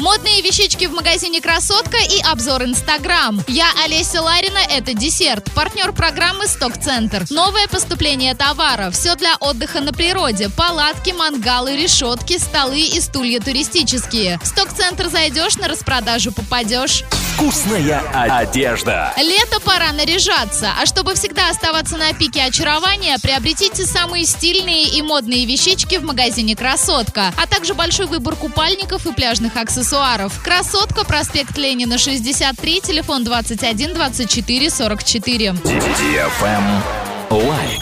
Модные вещички в магазине «Красотка» и обзор Инстаграм. Я Олеся Ларина, это десерт. Партнер программы «Сток-центр». Новое поступление товара. Все для отдыха на природе. Палатки, мангалы, решетки, столы и стулья туристические. В «Сток-центр» зайдешь, на распродажу попадешь. Вкусная одежда. Лето, пора наряжаться. А чтобы всегда оставаться на пике очарования, приобретите самые стильные и модные вещички в магазине «Красотка», а также большой выбор купальников и пляжных аксессуаров. «Красотка», проспект Ленина, 63, телефон 21 24 44. Лайк.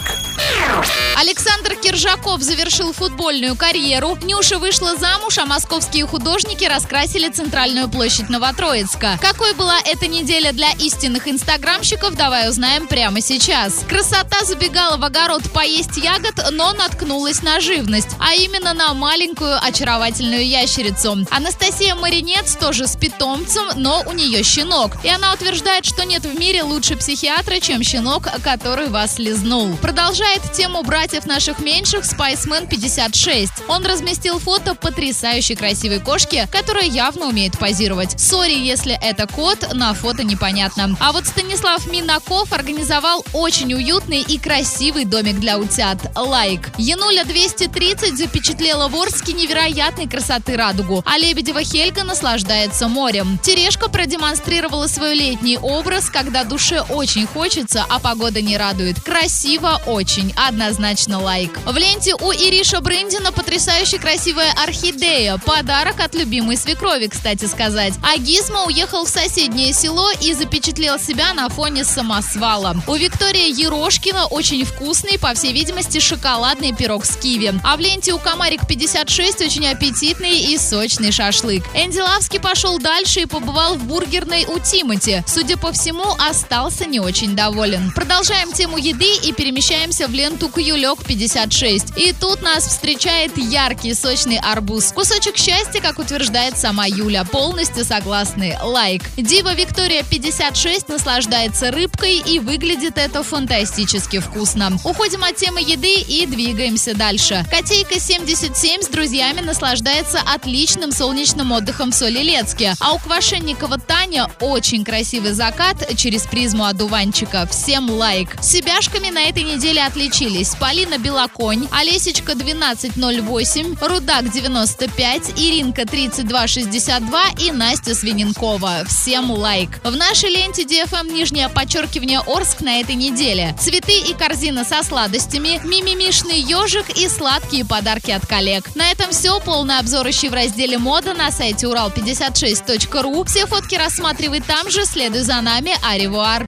Александр Киржаков завершил футбольную карьеру. Нюша вышла замуж, а московские художники раскрасили центральную площадь Новотроицка. Какой была эта неделя для истинных инстаграмщиков, давай узнаем прямо сейчас. Красота забегала в огород поесть ягод, но наткнулась на живность, а именно на маленькую очаровательную ящерицу. Анастасия Маринец тоже с питомцем, но у нее щенок. И она утверждает, что нет в мире лучше психиатра, чем щенок, который вас лизнул. Продолжает тему братьев наших меньших Spiceman 56. Он разместил фото потрясающей красивой кошки, которая явно умеет позировать. Сори, если это кот, на фото непонятно. А вот Станислав Минаков организовал очень уютный и красивый домик для утят. Лайк. Януля 230 запечатлела в Орске невероятной красоты радугу, а Лебедева Хельга наслаждается морем. Терешка продемонстрировала свой летний образ, когда душе очень хочется, а погода не радует. Красиво очень. Однозначно лайк. В ленте у Ириша Брындина потрясающе красивая орхидея. Подарок от любимой свекрови, кстати сказать. А Гизмо уехал в соседнее село и запечатлел себя на фоне самосвала. У Виктории Ерошкина очень вкусный, по всей видимости, шоколадный пирог с киви. А в ленте у Комарик 56 очень аппетитный и сочный шашлык. Энди Лавский пошел дальше и побывал в бургерной у Тимати. Судя по всему, остался не очень доволен. Продолжаем тему еды и перемещаемся в ленту Кюлек 56. И тут нас встречает яркий сочный арбуз. Кусочек счастья, как утверждает сама Юля. Полностью согласны. Лайк. Дива Виктория 56 наслаждается рыбкой, и выглядит это фантастически вкусно. Уходим от темы еды и двигаемся дальше. Котейка 77 с друзьями наслаждается отличным солнечным отдыхом в Солилецке. А у Квашенникова Таня очень красивый закат через призму одуванчика. Всем лайк. Себяшками на этой неделе отличились Полина Белоконь, Олесечка 1208, Рудак 95, Иринка 3262 и Настя Свиненкова. Всем лайк. В нашей ленте DFM _, Орск на этой неделе. Цветы и корзина со сладостями, мимимишный ежик и сладкие подарки от коллег. На этом все. Полный обзор ищи в разделе «Мода» на сайте урал56.ру. Все фотки рассматривай там же. Следуй за нами. Аревуар.